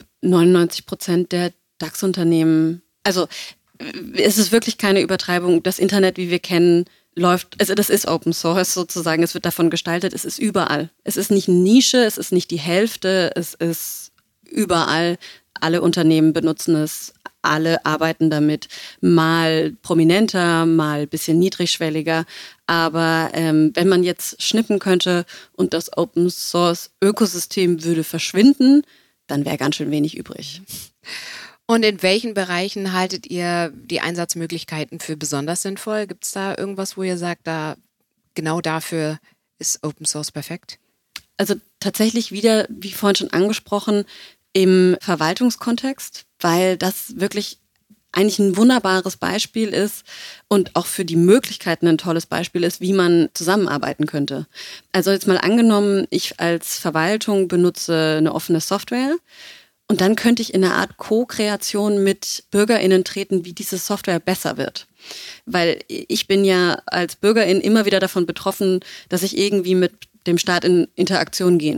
S3: 99% der DAX-Unternehmen, also es ist wirklich keine Übertreibung, das Internet, wie wir kennen, läuft, also das ist Open Source sozusagen, es wird davon gestaltet, es ist überall. Es ist nicht eine Nische, es ist nicht die Hälfte, es ist überall. Alle Unternehmen benutzen es, alle arbeiten damit, mal prominenter, mal ein bisschen niedrigschwelliger. Aber wenn man jetzt schnippen könnte und das Open Source Ökosystem würde verschwinden, dann wäre ganz schön wenig übrig.
S2: Und in welchen Bereichen haltet ihr die Einsatzmöglichkeiten für besonders sinnvoll? Gibt es da irgendwas, wo ihr sagt, da genau dafür ist Open Source perfekt?
S3: Also tatsächlich wieder, wie vorhin schon angesprochen, im Verwaltungskontext, weil das wirklich eigentlich ein wunderbares Beispiel ist und auch für die Möglichkeiten ein tolles Beispiel ist, wie man zusammenarbeiten könnte. Also jetzt mal angenommen, ich als Verwaltung benutze eine offene Software. Und dann könnte ich in eine Art Co-Kreation mit BürgerInnen treten, wie diese Software besser wird. Weil ich bin ja als BürgerIn immer wieder davon betroffen, dass ich irgendwie mit dem Staat in Interaktion gehen muss.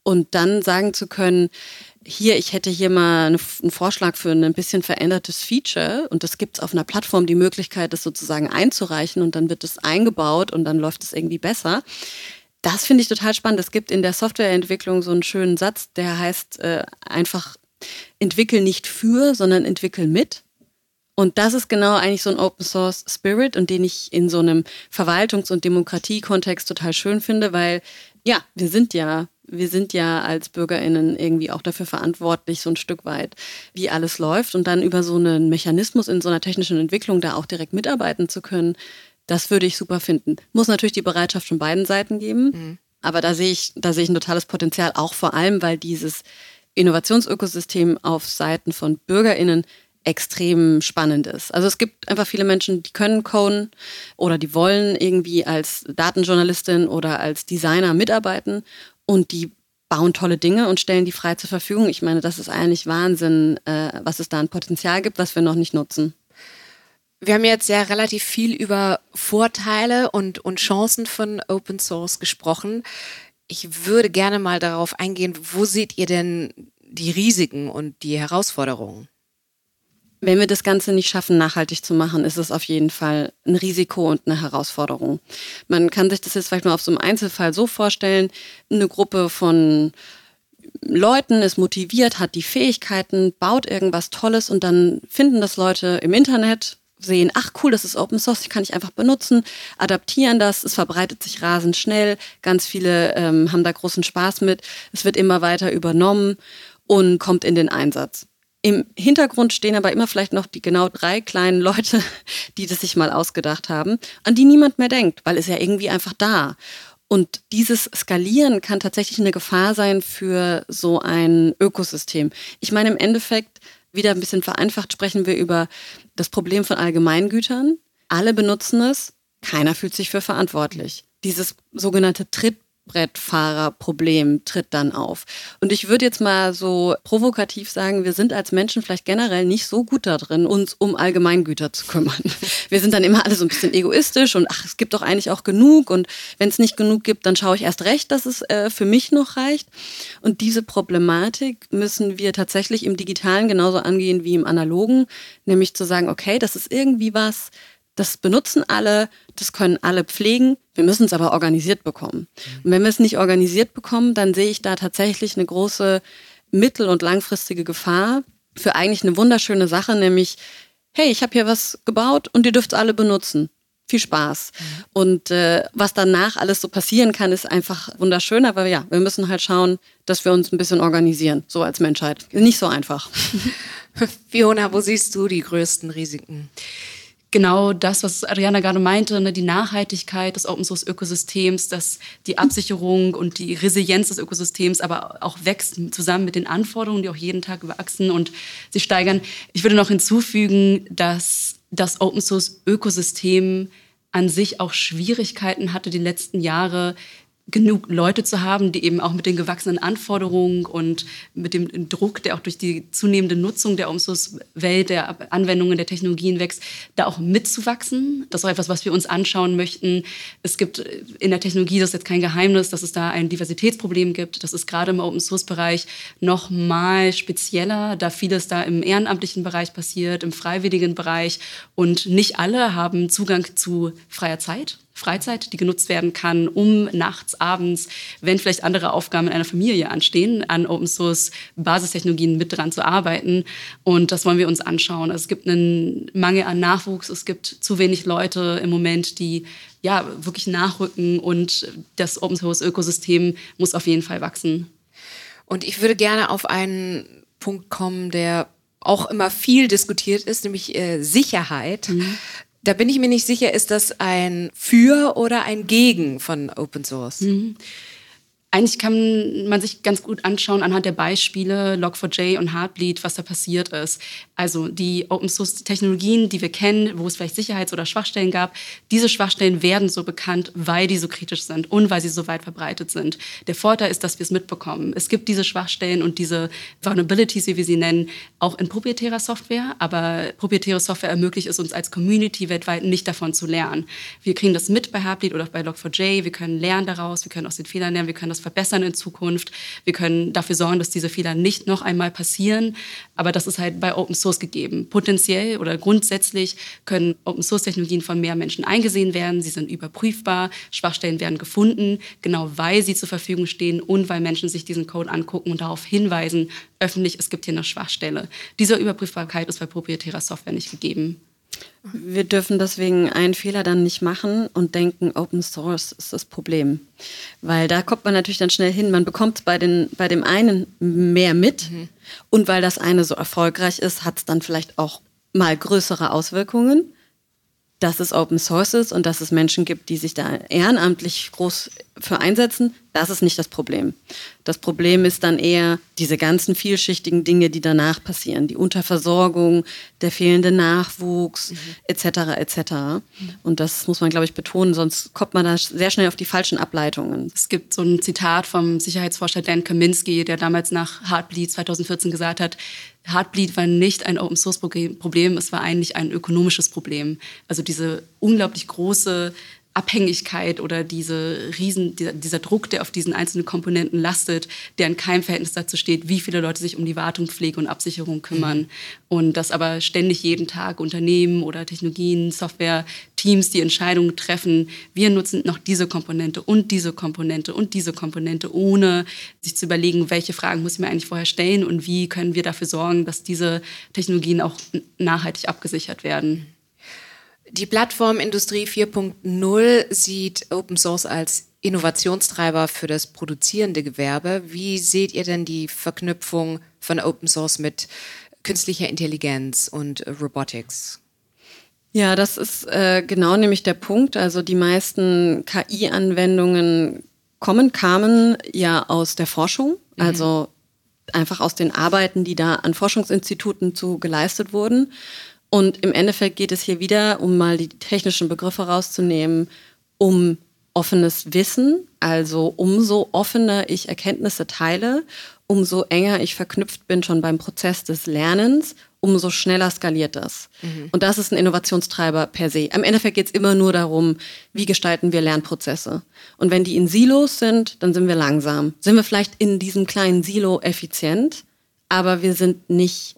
S3: Und dann sagen zu können, ich hätte hier mal einen Vorschlag für ein bisschen verändertes Feature und das gibt es auf einer Plattform die Möglichkeit, das sozusagen einzureichen und dann wird es eingebaut und dann läuft es irgendwie besser. Das finde ich total spannend. Es gibt in der Softwareentwicklung so einen schönen Satz, der heißt einfach entwickel nicht für, sondern entwickel mit. Und das ist genau eigentlich so ein Open Source Spirit und den ich in so einem Verwaltungs- und Demokratie-Kontext total schön finde, weil ja, wir sind ja als BürgerInnen irgendwie auch dafür verantwortlich, so ein Stück weit, wie alles läuft. Und dann über so einen Mechanismus in so einer technischen Entwicklung da auch direkt mitarbeiten zu können, das würde ich super finden. Muss natürlich die Bereitschaft von beiden Seiten geben. Aber da sehe ich ein totales Potenzial, auch vor allem, weil dieses Innovationsökosystem auf Seiten von BürgerInnen extrem spannend ist. Also es gibt einfach viele Menschen, die können coden oder die wollen irgendwie als Datenjournalistin oder als Designer mitarbeiten und die bauen tolle Dinge und stellen die frei zur Verfügung. Ich meine, das ist eigentlich Wahnsinn, was es da an Potenzial gibt, was wir noch nicht nutzen.
S2: Wir haben jetzt ja relativ viel über Vorteile und Chancen von Open Source gesprochen. Ich würde gerne mal darauf eingehen, wo seht ihr denn die Risiken und die Herausforderungen?
S3: Wenn wir das Ganze nicht schaffen, nachhaltig zu machen, ist es auf jeden Fall ein Risiko und eine Herausforderung. Man kann sich das jetzt vielleicht mal auf so einem Einzelfall so vorstellen, eine Gruppe von Leuten ist motiviert, hat die Fähigkeiten, baut irgendwas Tolles und dann finden das Leute im Internet, sehen, ach cool, das ist Open Source, kann ich einfach benutzen, adaptieren das, es verbreitet sich rasend schnell, ganz viele haben da großen Spaß mit, es wird immer weiter übernommen und kommt in den Einsatz. Im Hintergrund stehen aber immer vielleicht noch die genau 3 kleinen Leute, die das sich mal ausgedacht haben, an die niemand mehr denkt, weil es ja irgendwie einfach da. Und dieses Skalieren kann tatsächlich eine Gefahr sein für so ein Ökosystem. Ich meine, im Endeffekt, wieder ein bisschen vereinfacht, sprechen wir über das Problem von Allgemeingütern. Alle benutzen es, keiner fühlt sich für verantwortlich. Dieses sogenannte Trittbrettfahrer-Problem tritt dann auf. Und ich würde jetzt mal so provokativ sagen, wir sind als Menschen vielleicht generell nicht so gut da drin, uns um Allgemeingüter zu kümmern. Wir sind dann immer alle so ein bisschen egoistisch und ach, es gibt doch eigentlich auch genug und wenn es nicht genug gibt, dann schaue ich erst recht, dass es für mich noch reicht. Und diese Problematik müssen wir tatsächlich im Digitalen genauso angehen wie im Analogen, nämlich zu sagen, okay, das ist irgendwie was, das benutzen alle, das können alle pflegen, wir müssen es aber organisiert bekommen. Und wenn wir es nicht organisiert bekommen, dann sehe ich da tatsächlich eine große mittel- und langfristige Gefahr für eigentlich eine wunderschöne Sache, nämlich, hey, ich habe hier was gebaut und ihr dürft es alle benutzen. Viel Spaß. Und was danach alles so passieren kann, ist einfach wunderschön, aber ja, wir müssen halt schauen, dass wir uns ein bisschen organisieren, so als Menschheit. Nicht so einfach.
S2: Fiona, wo siehst du die größten Risiken?
S4: Genau das, was Adriana gerade meinte, ne, die Nachhaltigkeit des Open-Source-Ökosystems, dass die Absicherung und die Resilienz des Ökosystems aber auch wächst zusammen mit den Anforderungen, die auch jeden Tag wachsen und sich steigern. Ich würde noch hinzufügen, dass das Open-Source-Ökosystem an sich auch Schwierigkeiten hatte, die letzten Jahre genug Leute zu haben, die eben auch mit den gewachsenen Anforderungen und mit dem Druck, der auch durch die zunehmende Nutzung der Open-Source-Welt, der Anwendungen, der Technologien wächst, da auch mitzuwachsen. Das ist auch etwas, was wir uns anschauen möchten. Es gibt in der Technologie, das ist jetzt kein Geheimnis, dass es da ein Diversitätsproblem gibt. Das ist gerade im Open-Source-Bereich noch mal spezieller, da vieles da im ehrenamtlichen Bereich passiert, im freiwilligen Bereich und nicht alle haben Zugang zu freier Zeit. Freizeit, die genutzt werden kann, um nachts, abends, wenn vielleicht andere Aufgaben in einer Familie anstehen, an Open-Source-Basistechnologien mit dran zu arbeiten. Und das wollen wir uns anschauen. Also es gibt einen Mangel an Nachwuchs, es gibt zu wenig Leute im Moment, die ja wirklich nachrücken und das Open-Source-Ökosystem muss auf jeden Fall wachsen.
S2: Und ich würde gerne auf einen Punkt kommen, der auch immer viel diskutiert ist, nämlich Sicherheit. Da bin ich mir nicht sicher, ist das ein Für oder ein Gegen von Open Source?
S4: Eigentlich kann man sich ganz gut anschauen anhand der Beispiele Log4j und Heartbleed, was da passiert ist. Also die Open-Source-Technologien, die wir kennen, wo es vielleicht Sicherheits- oder Schwachstellen gab, diese Schwachstellen werden so bekannt, weil die so kritisch sind und weil sie so weit verbreitet sind. Der Vorteil ist, dass wir es mitbekommen. Es gibt diese Schwachstellen und diese Vulnerabilities, wie wir sie nennen, auch in proprietärer Software. Aber proprietäre Software ermöglicht es uns als Community weltweit nicht davon zu lernen. Wir kriegen das mit bei Heartbleed oder bei Log4j. Wir können lernen daraus, wir können aus den Fehlern lernen, wir können das verbessern in Zukunft. Wir können dafür sorgen, dass diese Fehler nicht noch einmal passieren. Aber das ist halt bei Open Source gegeben. Potenziell oder grundsätzlich können Open Source Technologien von mehr Menschen eingesehen werden. Sie sind überprüfbar. Schwachstellen werden gefunden, genau weil sie zur Verfügung stehen und weil Menschen sich diesen Code angucken und darauf hinweisen, öffentlich, es gibt hier eine Schwachstelle. Diese Überprüfbarkeit ist bei proprietärer Software nicht gegeben.
S3: Wir dürfen deswegen einen Fehler dann nicht machen und denken, Open Source ist das Problem. Weil da kommt man natürlich dann schnell hin. Man bekommt bei dem einen mehr mit. Und weil das eine so erfolgreich ist, hat es dann vielleicht auch mal größere Auswirkungen, dass es Open Source ist und dass es Menschen gibt, die sich da ehrenamtlich groß für einsetzen. Das ist nicht das Problem. Das Problem ist dann eher diese ganzen vielschichtigen Dinge, die danach passieren. Die Unterversorgung, der fehlende Nachwuchs, etc. etc. Und das muss man, glaube ich, betonen, sonst kommt man da sehr schnell auf die falschen Ableitungen.
S4: Es gibt so ein Zitat vom Sicherheitsforscher Dan Kaminsky, der damals nach Heartbleed 2014 gesagt hat, Heartbleed war nicht ein Open-Source-Problem, es war eigentlich ein ökonomisches Problem. Also diese unglaublich große Abhängigkeit oder dieser Druck, der auf diesen einzelnen Komponenten lastet, der in keinem Verhältnis dazu steht, wie viele Leute sich um die Wartung, Pflege und Absicherung kümmern. Und dass aber ständig jeden Tag Unternehmen oder Technologien, Software, Teams die Entscheidungen treffen, wir nutzen noch diese Komponente und diese Komponente und diese Komponente, ohne sich zu überlegen, welche Fragen muss ich mir eigentlich vorher stellen und wie können wir dafür sorgen, dass diese Technologien auch nachhaltig abgesichert werden.
S2: Die Plattform Industrie 4.0 sieht Open Source als Innovationstreiber für das produzierende Gewerbe. Wie seht ihr denn die Verknüpfung von Open Source mit künstlicher Intelligenz und Robotics?
S3: Ja, das ist genau nämlich der Punkt. Also die meisten KI-Anwendungen kamen ja aus der Forschung, also einfach aus den Arbeiten, die da an Forschungsinstituten zu geleistet wurden. Und im Endeffekt geht es hier wieder, um mal die technischen Begriffe rauszunehmen, um offenes Wissen. Also umso offener ich Erkenntnisse teile, umso enger ich verknüpft bin schon beim Prozess des Lernens, umso schneller skaliert das. Und das ist ein Innovationstreiber per se. Am Endeffekt geht es immer nur darum, wie gestalten wir Lernprozesse. Und wenn die in Silos sind, dann sind wir langsam. Sind wir vielleicht in diesem kleinen Silo effizient, aber wir sind nicht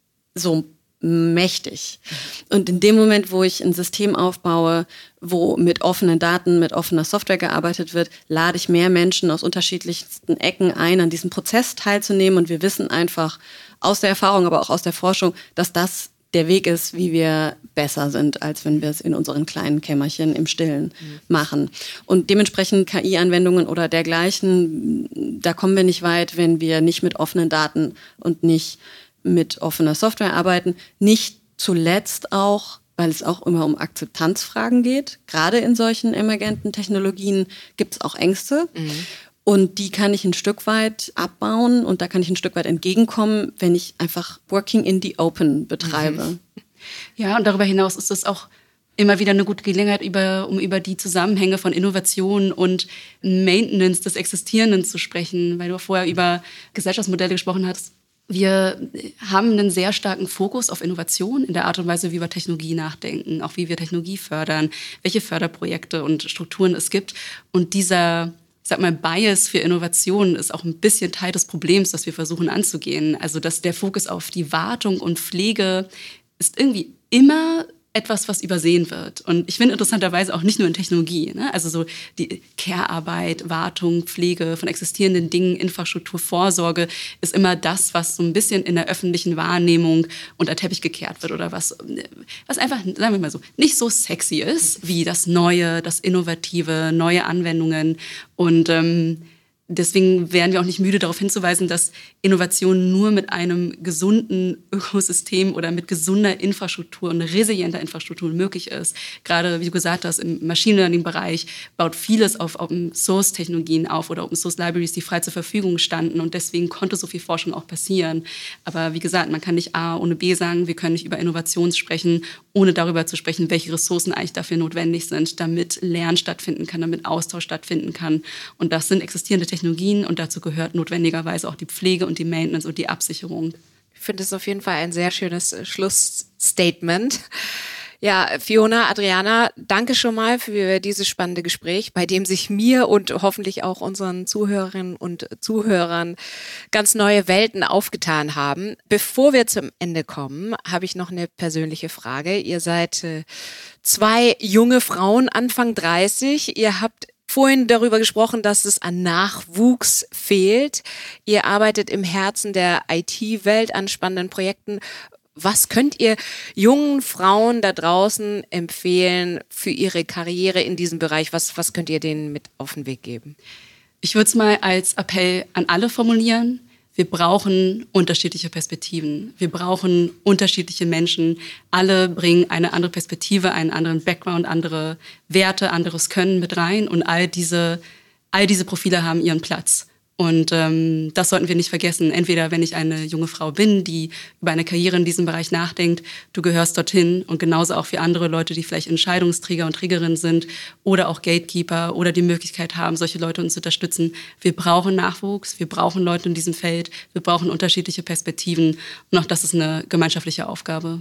S3: so mächtig. Und in dem Moment, wo ich ein System aufbaue, wo mit offenen Daten, mit offener Software gearbeitet wird, lade ich mehr Menschen aus unterschiedlichsten Ecken ein, an diesem Prozess teilzunehmen. Und wir wissen einfach aus der Erfahrung, aber auch aus der Forschung, dass das der Weg ist, wie wir besser sind, als wenn wir es in unseren kleinen Kämmerchen im Stillen machen. Und dementsprechend KI-Anwendungen oder dergleichen, da kommen wir nicht weit, wenn wir nicht mit offenen Daten und nicht mit offener Software arbeiten. Nicht zuletzt auch, weil es auch immer um Akzeptanzfragen geht. Gerade in solchen emergenten Technologien gibt es auch Ängste. Und die kann ich ein Stück weit abbauen und da kann ich ein Stück weit entgegenkommen, wenn ich einfach Working in the Open betreibe.
S4: Ja, und darüber hinaus ist es auch immer wieder eine gute Gelegenheit, um über die Zusammenhänge von Innovation und Maintenance des Existierenden zu sprechen, weil du vorher über Gesellschaftsmodelle gesprochen hast. Wir haben einen sehr starken Fokus auf Innovation in der Art und Weise, wie wir über Technologie nachdenken, auch wie wir Technologie fördern, welche Förderprojekte und Strukturen es gibt. Und dieser, ich sag mal, Bias für Innovation ist auch ein bisschen Teil des Problems, das wir versuchen anzugehen. Also dass der Fokus auf die Wartung und Pflege ist irgendwie immer etwas, was übersehen wird. Und ich finde interessanterweise auch nicht nur in Technologie, ne? Also so die Care-Arbeit, Wartung, Pflege von existierenden Dingen, Infrastruktur, Vorsorge ist immer das, was so ein bisschen in der öffentlichen Wahrnehmung unter Teppich gekehrt wird oder was einfach, sagen wir mal so, nicht so sexy ist wie das Neue, das Innovative, neue Anwendungen. Und deswegen werden wir auch nicht müde, darauf hinzuweisen, dass Innovation nur mit einem gesunden Ökosystem oder mit gesunder Infrastruktur und resilienter Infrastruktur möglich ist. Gerade, wie du gesagt hast, im Machine Learning-Bereich baut vieles auf Open-Source-Technologien auf oder Open-Source-Libraries, die frei zur Verfügung standen. Und deswegen konnte so viel Forschung auch passieren. Aber wie gesagt, man kann nicht A ohne B sagen. Wir können nicht über Innovation sprechen, ohne darüber zu sprechen, welche Ressourcen eigentlich dafür notwendig sind, damit Lernen stattfinden kann, damit Austausch stattfinden kann. Und das sind existierende Technologien und dazu gehört notwendigerweise auch die Pflege und die Maintenance und die Absicherung.
S2: Ich finde es auf jeden Fall ein sehr schönes Schlussstatement. Ja, Fiona, Adriana, danke schon mal für dieses spannende Gespräch, bei dem sich mir und hoffentlich auch unseren Zuhörerinnen und Zuhörern ganz neue Welten aufgetan haben. Bevor wir zum Ende kommen, habe ich noch eine persönliche Frage. Ihr seid 2 junge Frauen, Anfang 30. Ihr habt vorhin darüber gesprochen, dass es an Nachwuchs fehlt. Ihr arbeitet im Herzen der IT-Welt an spannenden Projekten. Was könnt ihr jungen Frauen da draußen empfehlen für ihre Karriere in diesem Bereich? Was könnt ihr denen mit auf den Weg geben?
S4: Ich würde es mal als Appell an alle formulieren. Wir brauchen unterschiedliche Perspektiven. Wir brauchen unterschiedliche Menschen. Alle bringen eine andere Perspektive, einen anderen Background, andere Werte, anderes Können mit rein. Und all diese Profile haben ihren Platz. Und das sollten wir nicht vergessen. Entweder wenn ich eine junge Frau bin, die über eine Karriere in diesem Bereich nachdenkt, du gehörst dorthin, und genauso auch für andere Leute, die vielleicht Entscheidungsträger und Trägerinnen sind oder auch Gatekeeper oder die Möglichkeit haben, solche Leute uns zu unterstützen. Wir brauchen Nachwuchs, wir brauchen Leute in diesem Feld, wir brauchen unterschiedliche Perspektiven, und auch das ist eine gemeinschaftliche Aufgabe.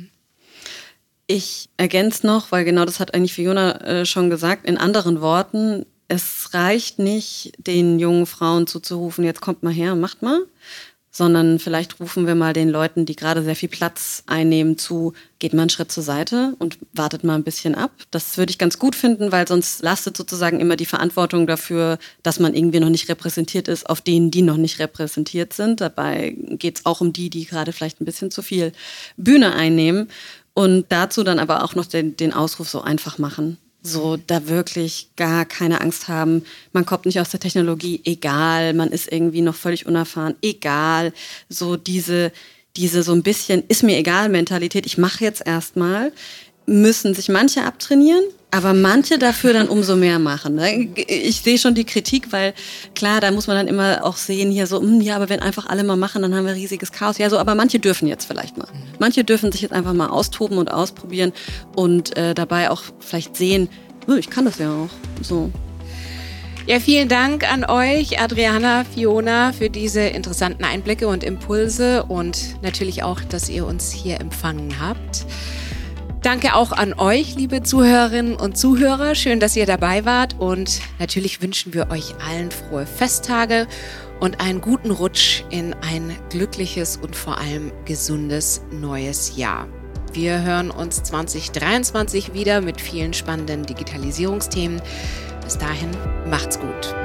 S3: Ich ergänze noch, weil genau das hat eigentlich Fiona schon gesagt, in anderen Worten: Es reicht nicht, den jungen Frauen zuzurufen, jetzt kommt mal her, macht mal, sondern vielleicht rufen wir mal den Leuten, die gerade sehr viel Platz einnehmen, zu, geht mal einen Schritt zur Seite und wartet mal ein bisschen ab. Das würde ich ganz gut finden, weil sonst lastet sozusagen immer die Verantwortung dafür, dass man irgendwie noch nicht repräsentiert ist, auf denen, die noch nicht repräsentiert sind. Dabei geht es auch um die gerade vielleicht ein bisschen zu viel Bühne einnehmen, und dazu dann aber auch noch den Ausruf so einfach machen. So, da wirklich gar keine Angst haben. Man kommt nicht aus der Technologie, egal. Man ist irgendwie noch völlig unerfahren, egal. So diese so ein bisschen ist mir egal Mentalität, ich mache jetzt erstmal, müssen sich manche abtrainieren, aber manche dafür dann umso mehr machen. Ich sehe schon die Kritik, weil klar, da muss man dann immer auch sehen hier so, ja, aber wenn einfach alle mal machen, dann haben wir riesiges Chaos. Ja, so, aber manche dürfen jetzt vielleicht mal. Manche dürfen sich jetzt einfach mal austoben und ausprobieren und dabei auch vielleicht sehen, ich kann das ja auch. So.
S2: Ja, vielen Dank an euch, Adriana, Fiona, für diese interessanten Einblicke und Impulse und natürlich auch, dass ihr uns hier empfangen habt. Danke auch an euch, liebe Zuhörerinnen und Zuhörer. Schön, dass ihr dabei wart, und natürlich wünschen wir euch allen frohe Festtage und einen guten Rutsch in ein glückliches und vor allem gesundes neues Jahr. Wir hören uns 2023 wieder mit vielen spannenden Digitalisierungsthemen. Bis dahin, macht's gut.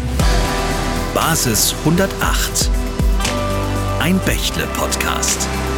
S1: Basis 108. Ein Bächle-Podcast.